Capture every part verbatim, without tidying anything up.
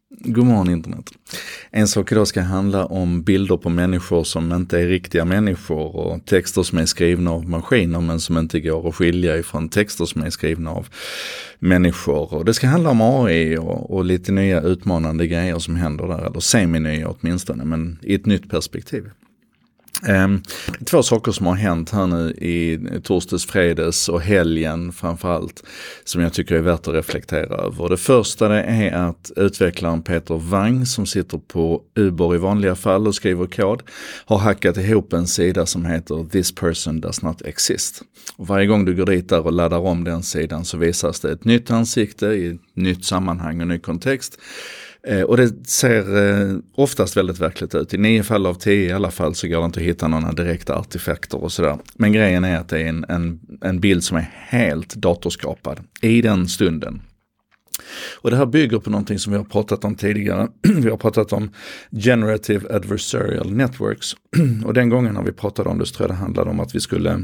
God morgon internet. En sak idag ska handla om bilder på människor som inte är riktiga människor och texter som är skrivna av maskiner men som inte går att skilja ifrån texter som är skrivna av människor. Och det ska handla om A I och, och lite nya utmanande grejer som händer där, eller semi-nya åtminstone, men i ett nytt perspektiv. Um, två saker som har hänt här nu i torsdags, fredags och helgen framförallt som jag tycker är värt att reflektera över. Det första det är att utvecklaren Peter Wang, som sitter på Uber i vanliga fall och skriver kod, har hackat ihop en sida som heter This person does not exist. Och varje gång du går dit där och laddar om den sidan så visas det ett nytt ansikte i ett nytt sammanhang och ny kontext. Eh, och det ser eh, oftast väldigt verkligt ut. I nio fall av tio i alla fall så går det inte att hitta några direkta artefakter och sådär. Men grejen är att det är en, en, en bild som är helt datorskapad i den stunden. Och det här bygger på någonting som vi har pratat om tidigare. Vi har pratat om generative adversarial networks. Och den gången när vi pratade om det så tror jag det handlade om att vi skulle...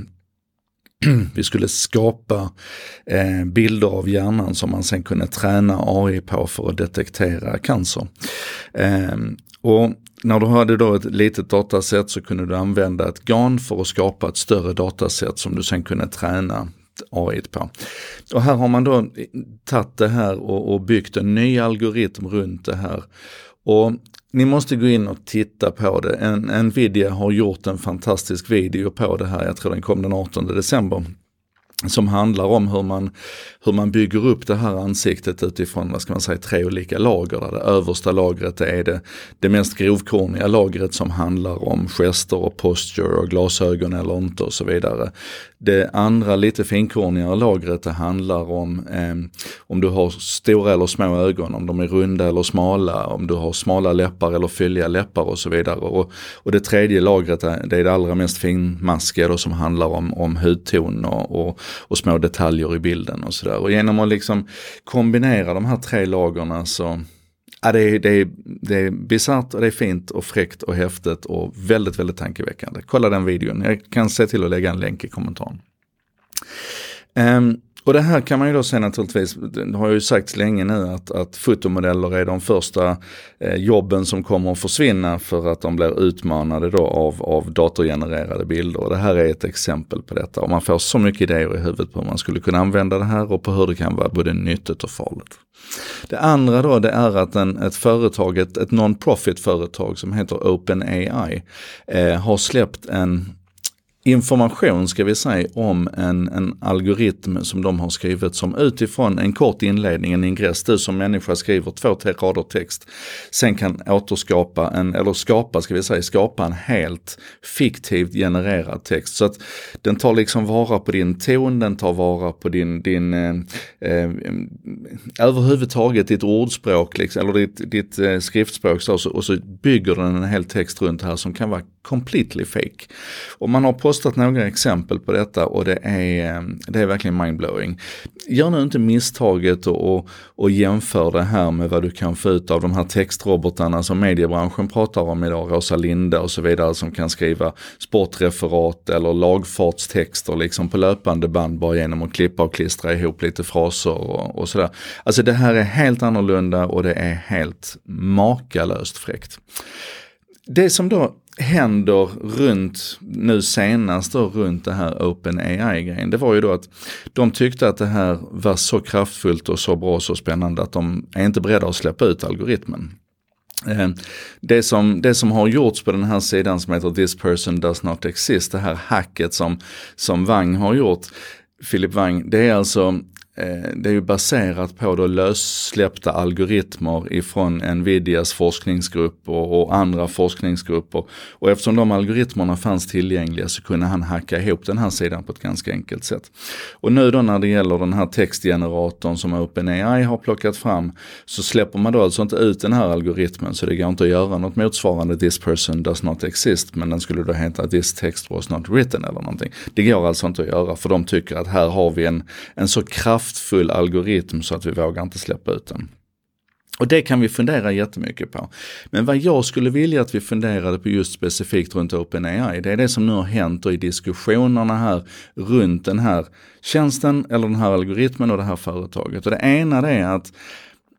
Vi skulle skapa eh, bilder av hjärnan som man sen kunde träna A I på för att detektera cancer. Eh, och när du hade då ett litet dataset så kunde du använda ett GAN för att skapa ett större dataset som du sen kunde träna A I på. Och här har man då tagit det här och, och byggt en ny algoritm runt det här. Och ni måste gå in och titta på det. En, Nvidia har gjort en fantastisk video på det här. Jag tror den kom den artonde december. Som handlar om hur man, hur man bygger upp det här ansiktet utifrån, vad ska man säga, tre olika lager. Där det översta lagret är det, det mest grovkorniga lagret som handlar om gester och posture och glasögon eller inte och så vidare. Det andra lite finkornigare lagret det handlar om eh, om du har stora eller små ögon, om de är runda eller smala, om du har smala läppar eller fylliga läppar och så vidare. Och, och det tredje lagret är det, är det allra mest finmaskiga då, som handlar om, om hudton och, och och små detaljer i bilden och sådär. Och genom att liksom kombinera de här tre lagerna så ja, det är, det är, det är bisarrt och det är fint och fräckt och häftigt och väldigt, väldigt tankeväckande. Kolla den videon. Jag kan se till att lägga en länk i kommentaren. Um, Och det här kan man ju då säga naturligtvis, det har jag ju sagt länge nu att, att fotomodeller är de första eh, jobben som kommer att försvinna för att de blir utmanade då av, av datorgenererade bilder. Och det här är ett exempel på detta. Och man får så mycket idéer i huvudet på hur man skulle kunna använda det här och på hur det kan vara både nyttigt och farligt. Det andra då det är att en, ett företag, ett, ett non-profit företag som heter OpenAI eh, har släppt en information ska vi säga om en, en algoritm som de har skrivit som utifrån en kort inledning, en ingress, du som människa skriver två, tre rader text, sen kan återskapa en, eller skapa ska vi säga, skapa en helt fiktivt genererad text. Så att den tar liksom vara på din ton, den tar vara på din, din eh, eh, överhuvudtaget ditt ordspråk liksom, eller ditt, ditt eh, skriftspråk så, och så bygger den en hel text runt här som kan vara completely fake. Och man har postat några exempel på detta och det är, det är verkligen mindblowing. Gör nu inte misstaget och, och, och jämför det här med vad du kan få ut av de här textrobotarna som mediebranschen pratar om idag, Rosa Linda och så vidare, som kan skriva sportreferat eller lagfartstexter liksom på löpande band bara genom att klippa och klistra ihop lite fraser och, och sådär. Alltså det här är helt annorlunda och det är helt makalöst fräckt. Det som då händer runt, nu senast då runt det här OpenAI-grejen, det var ju då att de tyckte att det här var så kraftfullt och så bra och så spännande att de är inte beredda att släppa ut algoritmen. Det som, det som har gjorts på den här sidan som heter This person does not exist, det här hacket som, som Wang har gjort, Philip Wang, det är alltså det är ju baserat på då lössläppta algoritmer ifrån Nvidias forskningsgrupp och, och andra forskningsgrupper. Och eftersom de algoritmerna fanns tillgängliga så kunde han hacka ihop den här sidan på ett ganska enkelt sätt. Och nu då när det gäller den här textgeneratorn som OpenAI har plockat fram så släpper man då alltså inte ut den här algoritmen, så det går inte att göra något motsvarande This person does not exist, men den skulle då heta This text was not written eller någonting. Det går alltså inte att göra för de tycker att här har vi en, en så kraftfull algoritm så att vi vågar inte släppa ut den. Och det kan vi fundera jättemycket på. Men vad jag skulle vilja att vi funderade på just specifikt runt OpenAI, det är det som nu har hänt och i diskussionerna här runt den här tjänsten eller den här algoritmen och det här företaget. Och det ena det är att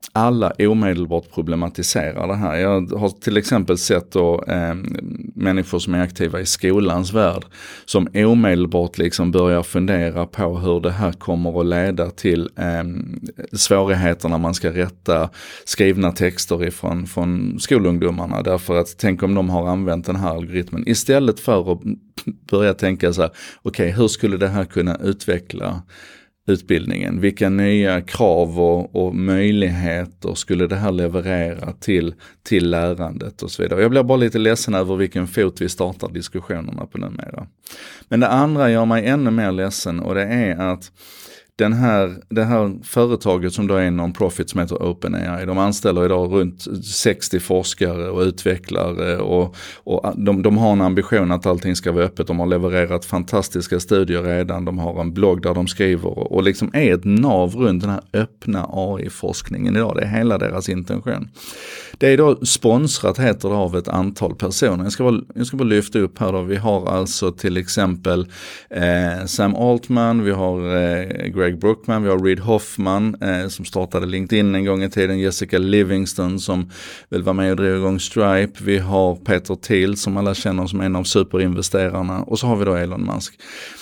alla omedelbart problematiserar det här. Jag har till exempel sett då, eh, människor som är aktiva i skolans värld som omedelbart liksom börjar fundera på hur det här kommer att leda till eh, svårigheter när man ska rätta skrivna texter ifrån från skolungdomarna. Därför att tänk om de har använt den här algoritmen istället för att börja tänka så här, okej, okay, hur skulle det här kunna utveckla utbildningen? Vilka nya krav och, och möjligheter skulle det här leverera till, till lärandet och så vidare. Jag blir bara lite ledsen över vilken fot vi startar diskussionerna på numera. Men det andra gör mig ännu mer ledsen, och det är att Den här, det här företaget som då är en non-profit som heter OpenAI, de anställer idag runt sextio forskare och utvecklare, och, och de, de har en ambition att allting ska vara öppet. De har levererat fantastiska studier redan, de har en blogg där de skriver och, och liksom är ett nav runt den här öppna A I-forskningen idag. Det är hela deras intention. Det är då sponsrat, heter det, av ett antal personer. Jag ska bara, jag ska bara lyfta upp här då. Vi har alltså till exempel eh, Sam Altman, vi har eh, Greg Brookman, vi har Reid Hoffman eh, som startade LinkedIn en gång i tiden, Jessica Livingston som väl var med och drev igång Stripe, vi har Peter Thiel som alla känner som en av superinvesterarna, och så har vi då Elon Musk.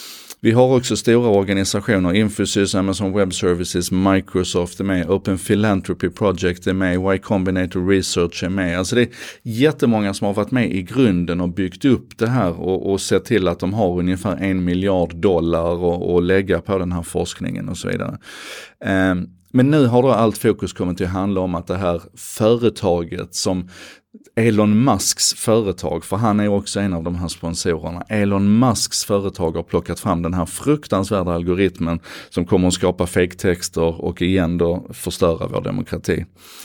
Vi har också stora organisationer, Infosys, Amazon Web Services, Microsoft är med, Open Philanthropy Project är med, Y Combinator Research är med. Alltså det är jättemånga som har varit med i grunden och byggt upp det här och, och sett till att de har ungefär en miljard dollar och, och lägga på den här forskningen och så vidare. Um, Men nu har då allt fokus kommit till att handla om att det här företaget som Elon Musks företag, för han är också en av de här sponsorerna. Elon Musks företag har plockat fram den här fruktansvärda algoritmen som kommer att skapa fake-texter och igen då förstöra vår demokrati.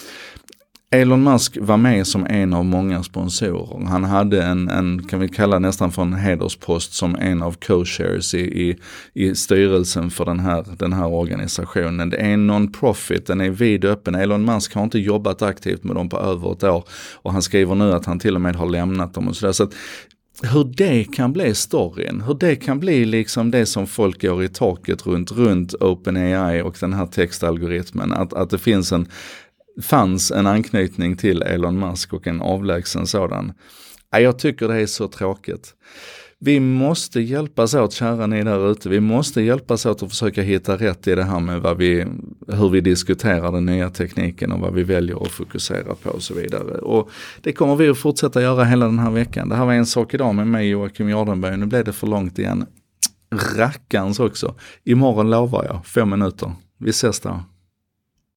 Elon Musk var med som en av många sponsorer. Han hade en, en kan vi kalla nästan för en hederspost som en av co-shares i, i, i styrelsen för den här, den här organisationen. Det är en non-profit, den är vidöppen. Elon Musk har inte jobbat aktivt med dem på över ett år och han skriver nu att han till och med har lämnat dem och sådär. Så att hur det kan bli storyn, hur det kan bli liksom det som folk går i taket runt, runt OpenAI och den här textalgoritmen, att, att det finns en fanns en anknytning till Elon Musk och en avlägsen sådan. Jag tycker det är så tråkigt. Vi måste hjälpas åt, kära ni där ute. Vi måste hjälpas åt att försöka hitta rätt i det här med vad vi, hur vi diskuterar den nya tekniken och vad vi väljer att fokusera på och så vidare. Och det kommer vi att fortsätta göra hela den här veckan. Det här var En sak idag med mig, Joakim Jardenberg. Nu blev det för långt igen. Rackans också. Imorgon lovar jag, fem minuter. Vi ses då.